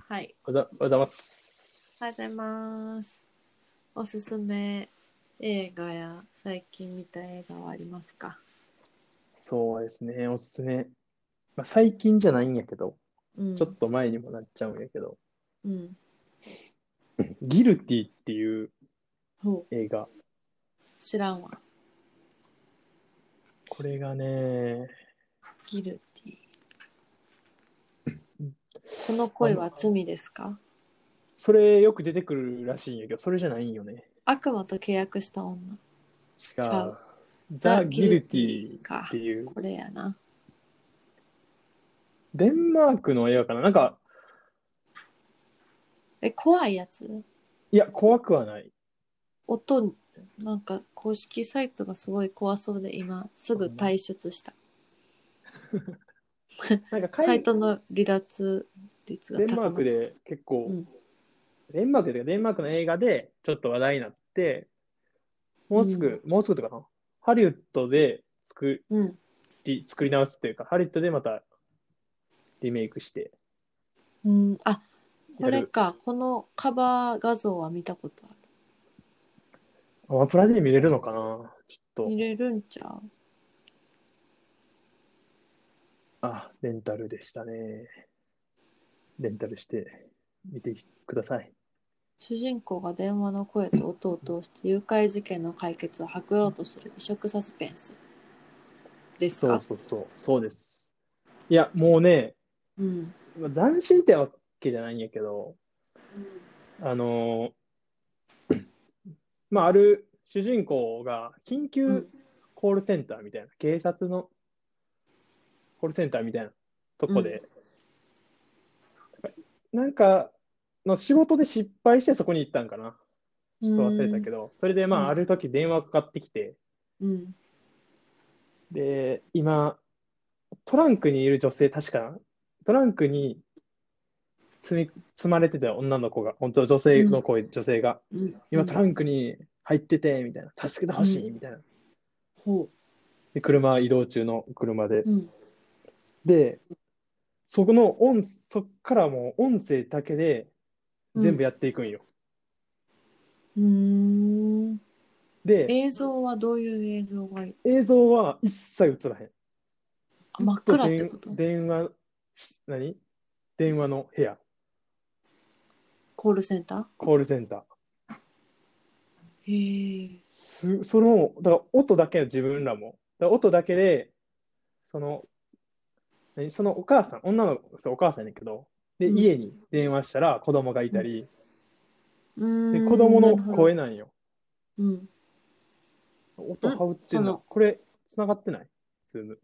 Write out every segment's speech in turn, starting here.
はい。 おはようございまおはようございす。 ます。おすすめ映画や最近見た映画はありますか？ そうですね、おすすめ。最近じゃないんやけど、ちょっうん。 と前にもなっちゃうんやけど、 うん。 ギルティっていうほう。 映画。 知らんわ。 これがね、 ギルティ。このまあ、 恋は罪ですか？ それよく出てくるらしいんやけど、それじゃないんよね。 悪魔と契約した女。 違ちゃう。 う。ザ・ザ・ギルギルテティィってか。 いう、 これやな。 デンマークの映画かな。なんか、 怖いやつ？ いや、怖くはない。 音、なんか公式サイトがすごい怖そうで今すぐほんまに。 退出した。 なんかサイトの離脱率がデンマ高まってた。 ークで結構、 うん。 デンマークの映画でちょっと話題になって、 うん。 もうすぐとかな。ハリウッドでうん。 作り直すっていうか、ハリウッドでまたリメイクしてうん。あ、こやる。 れか。このカバー画像は見たことある。 アマプラで見れるのかなちょっと、 見れるんちゃう？ レンタルでしたね。レンタルして見てください。 主人公が電話の声と音を通して誘拐事件の解決を図ろうとする異色サスペンスですそうか？ そうそう、そうです。いや、もうね、 うん。 斬新ってわけじゃないんやけど、あのある主人公が緊急うん。 コールセンターみたいな、警察のコールセンターみたいなとうん。 こで、なんかの仕事で失敗してそこに行ったんかな。 うちょっと忘れたん。 けど、それでうん。 ある時電話かかってきて、 うん。 で、今、トランクにいる女性、確か、トランクに積まれてた女の子が、本当うん。 女性が、 うん。う今トん。 ランクに入ってて、みたいな、助けてほうん。 しい、みたいな。 ほで、移動中の車で。 う。うん。 で、そっからもう音声だけでうん。 全部やっていくんよ。 うーん。 で、 映像はどういう映像がいい？ 映像は一切映らへん。 あ、 ずっ真っと暗ってこと？ 電話何電話の部屋、 コールセンタコールセンター。 ー？へえ。 だから音だけの自分らも、だから音だけで、その、そのお母さん、女の子、そうお母さんやねんけど、で、 うん。 家に電話したら子供がいうん。 たり、 うーで、子ん、 供のなるほど。 声なんよ。 うん。 音はうってんな。 その、 これ、繋がってないズーム。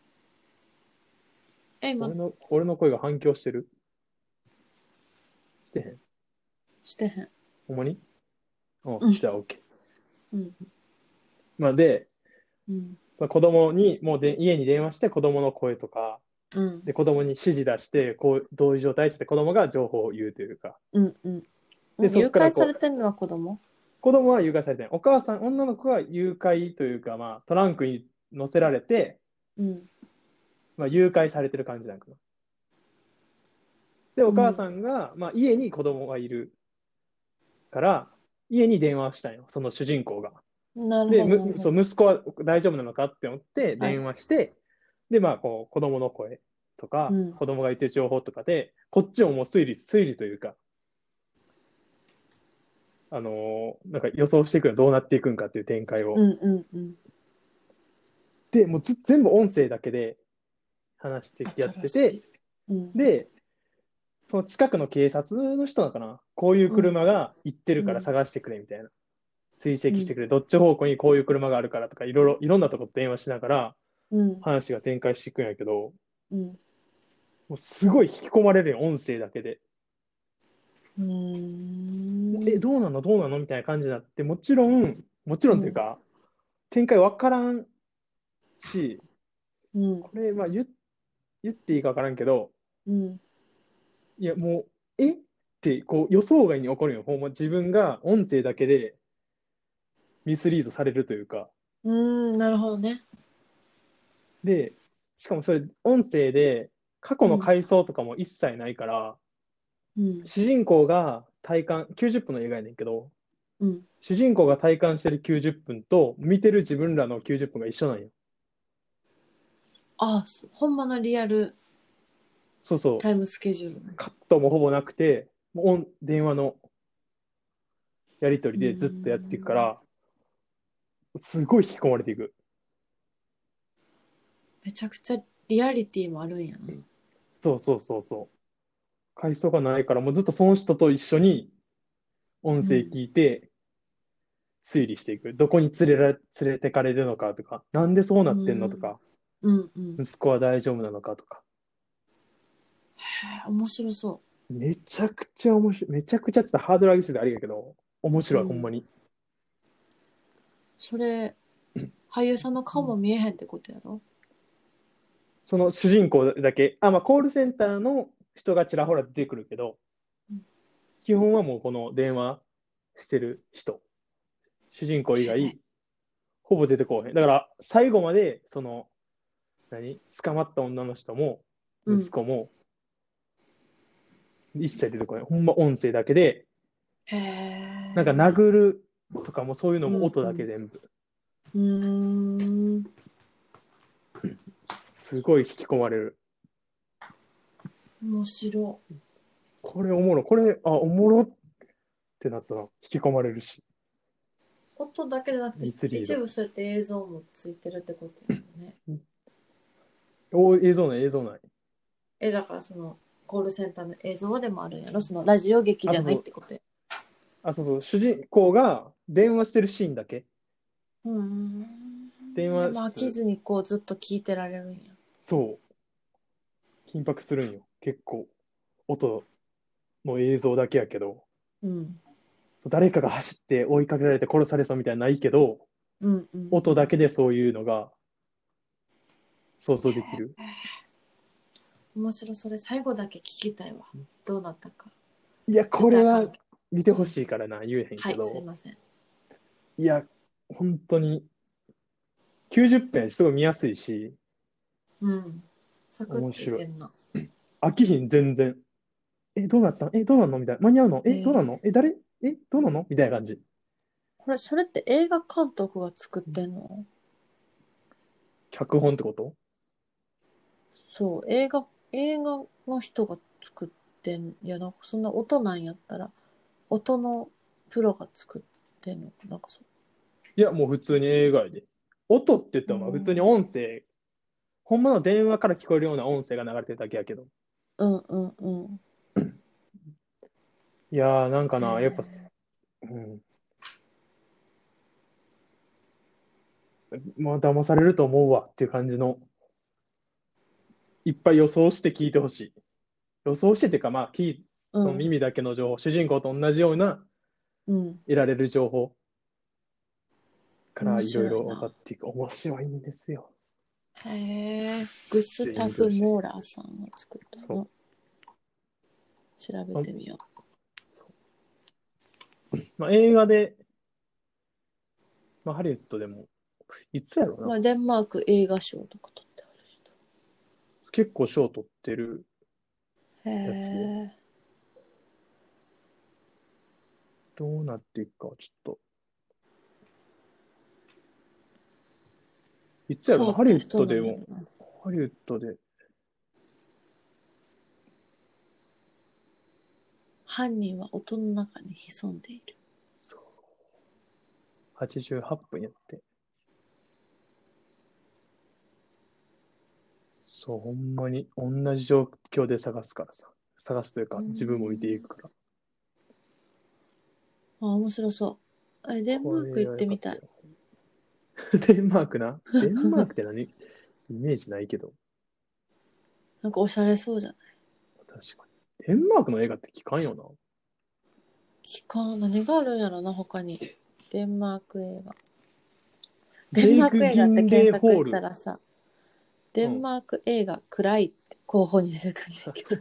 今、 俺の声が反響してるしてへんしてへん。 ほんまにうん。 じゃあ OK。 うん。 で、 うん。 その子供に、もう家に電話して子供の声とか、 うん。 で、子供に指示出して、どういう状態って言って子供が情報を言うというか、 うん。うん。 で、 うん。 そ誘拐っからされてんのは子供？ 子供は誘拐されてない。女の子は誘拐というか、トランクに乗せられて、 うん。 誘拐されてる感じなんかな。で、お母うん。 さんが、家に子供がいるから、家に電話したんよ、その主人公が。で、 なるほど、なるほど。 息子は大丈夫なのかって思ってはい。 電話して、で、子供の声とか、 うん。 子供が言ってる情報とかで、こっちももう推理というか、なんか予想していくのどうなっていくんかっていう展開を。 うん。うん。うん。 で、もう全部音声だけで話してきてやってて、 新しい。うん。 で、その近くの警察の人なのかな、こういううん。 車が行ってるうん。 から探してくれみたいな。追跡うん。 してくれ。どっち方向にこういう車があるからとか、いろんなところと電話しながらうん。 話が展開していくんやけど、 うん。 もうすごい引き込まれるよ、音声だけで。 うーん。 どうなのみたいな感じになって、もちろうん。 んというか、展開わからんし、 うん。 これ、言っていいかわからんけど、 うん。 いや、もう、ってこう予想外に起こるよ。ほんま自分が音声だけでミスリードされるというか。 うーん。なるほどね。 しかもそれ、音声で過去のうん。 回想とかも一切ないから、 うん。 主人公が体感、90分の映画やねんけど、 うん。 主人公が体感してる90分と見てる自分らの90分が一緒なんよ。 あ、ほんまのリアルそうそタイムスケジューう。 ルね。 カットもほぼなくて、もう電話のやり取うーりでずっとやっていくかん。 ら、すごい引き込まれていく。 めちゃくちゃリアリティもあるんやな。 そうそうそうそう。回想がないから、もうずっとその人と一緒に音声うん。 聞いて推理していく。どこに連れてかれるのかとか、なんでそううなってんのとん。 か、 うんうん。 息子は大丈夫なのかとか。 面白そめちゃくちゃ面白い。めちゃくちゃちょっとハードル上げすぎてありやけど、面う。 白い、ほんうん。 まに。 それ、俳優さんの顔も見えへんってことやろ？ その主人公だけ、まあ、コールセンターの人がちらほら出てくるけど、 うん。 基本はもうこの電話してる人、主人公以外、ほぼ出てこうへん。だから、最後まで、捕まった女の人も、 うん。 息子も、一切出てこない。ほんま音声だけで、 へなんかえ。 殴るとかもそういうのうも音だけんうん。 全部。 うーん。 すごい引き込まれる。 面白。 これおもろ。これ、おもろってなったら引き込まれるし。 音だけじゃなくて、 ミスリード。 一部そうやって映像もついてるってことやもんね。 映像ない、映像ない。 だからその、コールセンターの映像でもあるんやろ？そのラジオ劇じゃそうそう。 ないってことや。 そうそう。主人公が電話してるシーンだけ。 うーん。で電話も飽き室、 ずにこうずっと聞いてられるんや。 そう。緊迫するんよ。結構。音の映像だけやけど。 うん。 そう誰かが走って追いかけられて殺されそうみたいなのないけど、 うんうんうん。 音だけでそういうのが想像できる。 面白い。それ最後だけ聞きたいわ。どうなったか。 いや、これは絶対あかん。 見てほうん。 しいからな、言えへんはい、すいけど、 ません。 いや、本当に90分すごい見やすいし、 うん。サクッ面白い。 といけんな。 飽きひん、全然。どうなったんどうなんのみたいな。間に合うのどうなの誰どうなのみたいな感じ。 それって映画監督が作ってんの？ 脚本ってこと？ そう、映画の人が作ってん、いや、なんかそんな音なんやったら、音のプロが作ってんのか、なんかそいや、もう普通に映画やで。音って言ってう。うも普通にん。 音声、ほんまの電話から聞こえるような音声が流れてるだけやけど。 うんうんうん。 いやー、なんかへな、やっぱえ。 うん、まあ、騙されると思うわっていう感じの、いっぱい予想して聞いてほしい。予想してっていうか、まあ、そのうん。 耳だけの情報、主人公と同じようなうん。 得られる情報から面いろいろ分か白いな。 っていく。面白いんですよ。 へえ。グスぜひタフ・見てほしい。 モーラーさんが作ったそう。 の。調べあ、 てみよそう。まあ、映画で、まあ、ハリウッドでも、いつやろうう。 な。 まあ、デンマーク映画賞とか撮ってある結構賞取ってる人。へやつで、 え。 どうなっていくかはちょっと、いつやろな。 変わったハリウッ人なんやろドでも、 な。 ハリウッドで、 犯人は音の中に潜んでいる。 そう、88分やって。そう、ほんまに同じ状況で探すからさ。探すといううーか、自分も見ていん。 くから。 面白そう。デンマーク行っこれはよてみたい。 かったよ。デンマークな。デンマークって何？イメージないけど。 なんかおしゃれそうじゃない？ 確かに。デンマークの映画って聞かんよな。 何があるんやろな、他に。デンマーク映画。デジェイク・ンマーク映画ってギンレイ・検索しホール。 たらさ、デうん。 ンマーク映画暗いって候補に出てくるんだけど。 そう。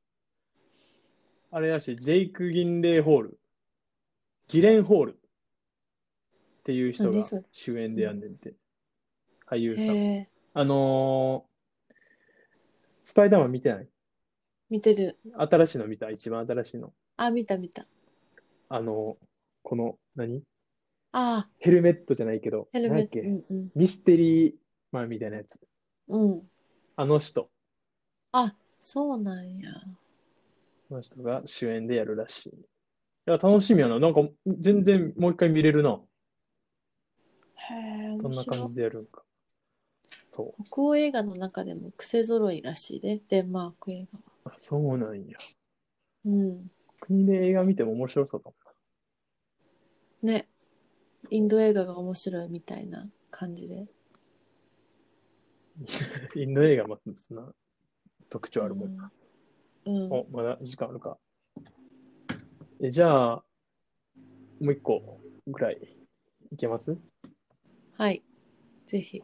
あれらしい。ジェイク・ギンレイ・ホール。ギレン・ホールっていう人が何それ？ 主演でやうん。 んねんて。俳優へさん。 え。 あのスパイダーマン見てない？ 見てる。 新しいの見た、一番新しいの。 あ、見た見た。 あの、この、 ああ、 ヘルメットじゃないけど、 ヘルメット、う何やっけ、 んうん。 ミステリーマンみたいなやつ。 うん。 あの人。 あ、そうなんや。 あの人が主演でやるらしい。いや、楽しみやな。なんか、全然もう一回見れるな。 へえ、面白い。 どんな感じでやるんか。そ北欧映画の中でも癖揃いらしいで、デンマーク映画は。 う。あ、そうなんや。 うん。 国で映画見ても面白そうかもな。 ね、インそド映画が面白いみたいな感じで。 う。インド映画もそんな特徴あるもんな。 うん。うん。 お、まだ時間あるか。じゃあ、もう一個ぐらいいけます？ はい。ぜひ。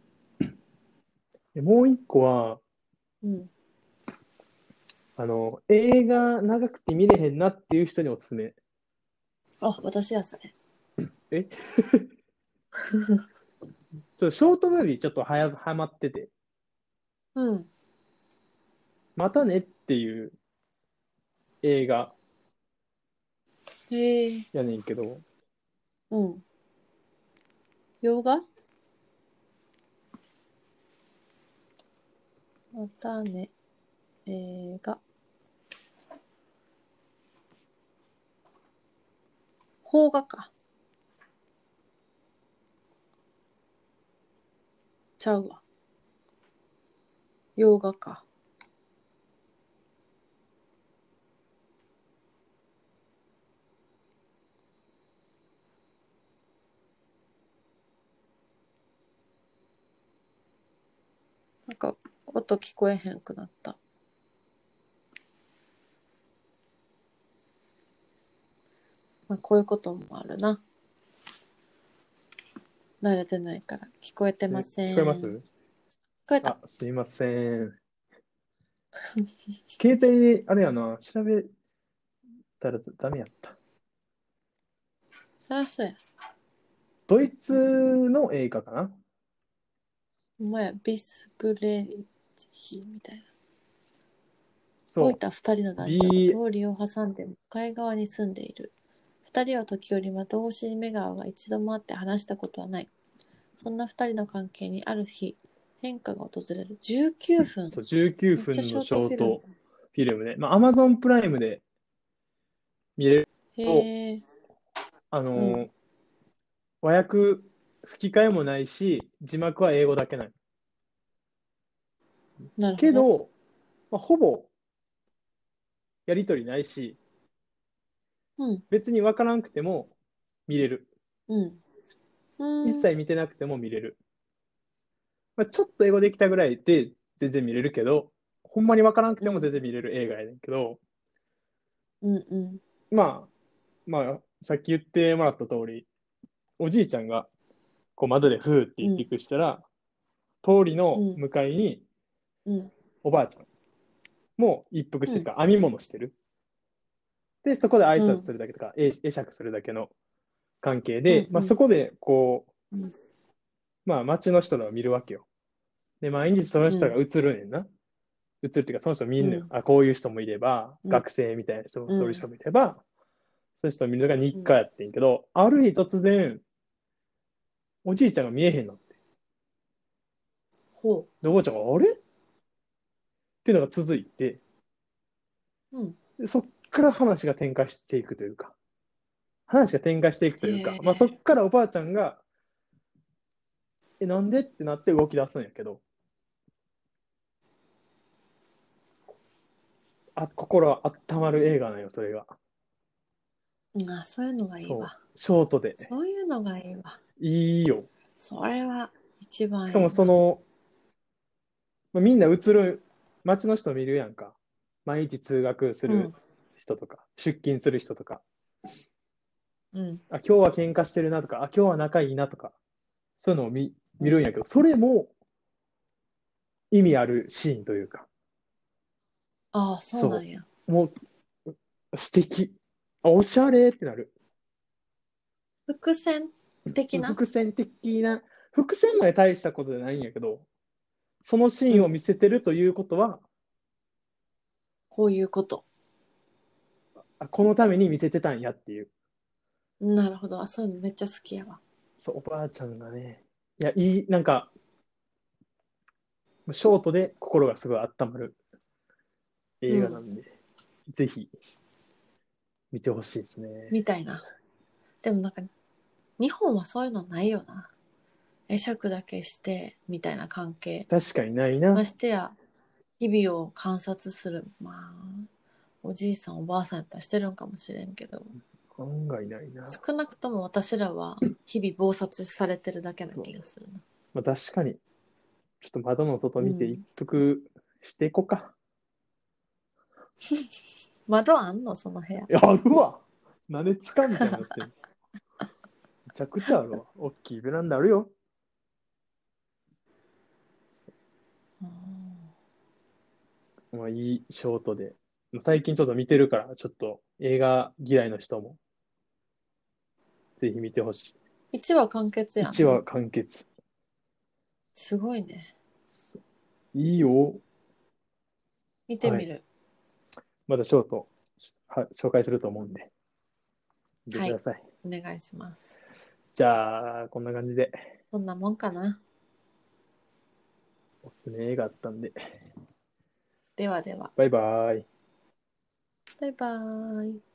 もう一個は、 うん。 映画長くて見れへんなっていう人におすすめ。 あ、私やそれ。 えショートムービーちょっとはまってて、 うん。 またねっていう映画へえ。 やねんけど、 うん。洋画またね。映画。邦画か。ちゃうわ。洋画か。なんか、音聞こえへんくなった。まあ、こういうこともあるな。慣れてないから。聞こえてませ聞こえまん。聞す？ こえた。 あ、すいません。携帯で、あれやな、調べたらダメやった。 そりゃそうや。 ドイツの映画かな。 お前、ビスグレーヒみたいな。老いそた二人のう。 男女が通りを挟んで向かい側に住んでいる。二人は時折窓越しに目が合うが一度も会って話したことはない。そんな二人の関係にある日、変化が訪れる。19分。 そう、19 めっちゃショー分のシトフィルム。 ョートフィルムで、まあ、Amazon プライムで見れると、 へえ。 あうん。 の、和訳、吹き替えもないし、字幕は英語だけない。 なるほど。 けど、まあ、ほぼやりとりないし、 うん。 別にわからんくても見れる。 うん。 一うん。 切見てなくても見れる。まあ、ちょっと英語できたぐらいで全然見れるけど、ほんまにわからんくても全うん。 然見れる映画やねんけど、 うん。うん。 まあ、まあ、さっき言ってもらった通り、おじいちゃんがこう窓でフーって一うん。 服したら、通りのうん。 向かいにうん。 おばあちゃんも一服しうん。 てるから編み物してる。で、そこで挨うん。 拶するだけとか、会釈するだけの関係で、 うん。 まあ、そこでこう、 うん。 まあ、街の人のを見るわけよ。で、毎日そのうん。 人が映るねんな。映るっていうか、その人見んのよ。 うん。 あ、こういう人もいれば、 うん。 学生みたいな人も、 うん。 そういう人もいれば、そういう人を見るのが日課うん。 やってんけど、ある日突然、おじいちゃんが見えへんのって。 ほで、おばあちゃんが、あれっていうのが続いて、 う。うん。 でそっから話が展開していくというか、話が展開していくというか、まあ、そへえ。 っからおばあちゃんが、なんでってなって動き出すんやけど、心温まる映画なんよ、それが。 あ、そういうのがいいそわ。 う、ショートで。 そういうのがいいわ。 いいよ。 それは一しかも番いいな。 まあ、みんな映る、街の人見るやんか。毎日通学するうん。 人とか、出勤する人とか、 うん。 あ、今日は喧嘩してるなとか、あ、今日は仲いいなとか、そういうのをうん。 見るんやけど、それも意味あるシーンというか、 ああ、そうなそんや。 う、もう素敵。あ、おしゃれってなる。 伏線的な。 伏線的な、伏線まで大したことじゃないんやけど、そのシーンをうん。 見せてるということは、 こういうこと。 このために見せてたんやっていう。 なるほど。あ、そういうのめっちゃ好きやわ。 そう、おばあちゃんがね、いや、なんか、ショートで心がすごい温まる映画なうん。 んで、ぜひ見てほしいですね。 みたいな。でもなんか、日本はそういうのないよな。会釈だけして、みたいな関係。 確かにないな。 ましてや、日々を観察する。まあ、おじいさんおばあさんやったらしてるんかもしれんけど、 案外ないな。 少なくとも私らは日々忙殺されてるだけなそう。 気がするな。 まあ、確かに、ちょっと窓の外見て一うん。 服していこうか。 窓あんのその部屋。 いや、あるわ。なんで地下みたいになってんの。めちゃくちゃあるわ。大きいベランダあるよ。まあ、いいショートで。最近ちょっと見てるから、ちょっと映画嫌いの人もぜひ見てほし 1話完結い。 やん 1話な。 完結。 すごいね。 いいよ。はい。 見てみる。 まだショート紹介すると思うんで、見てはい。 ください。 お願いします。 じゃあ、こんな感じでそんなもんかな。 おすすめ映画あったんで、 ではでは。 バイバーイ。 バイバーイ。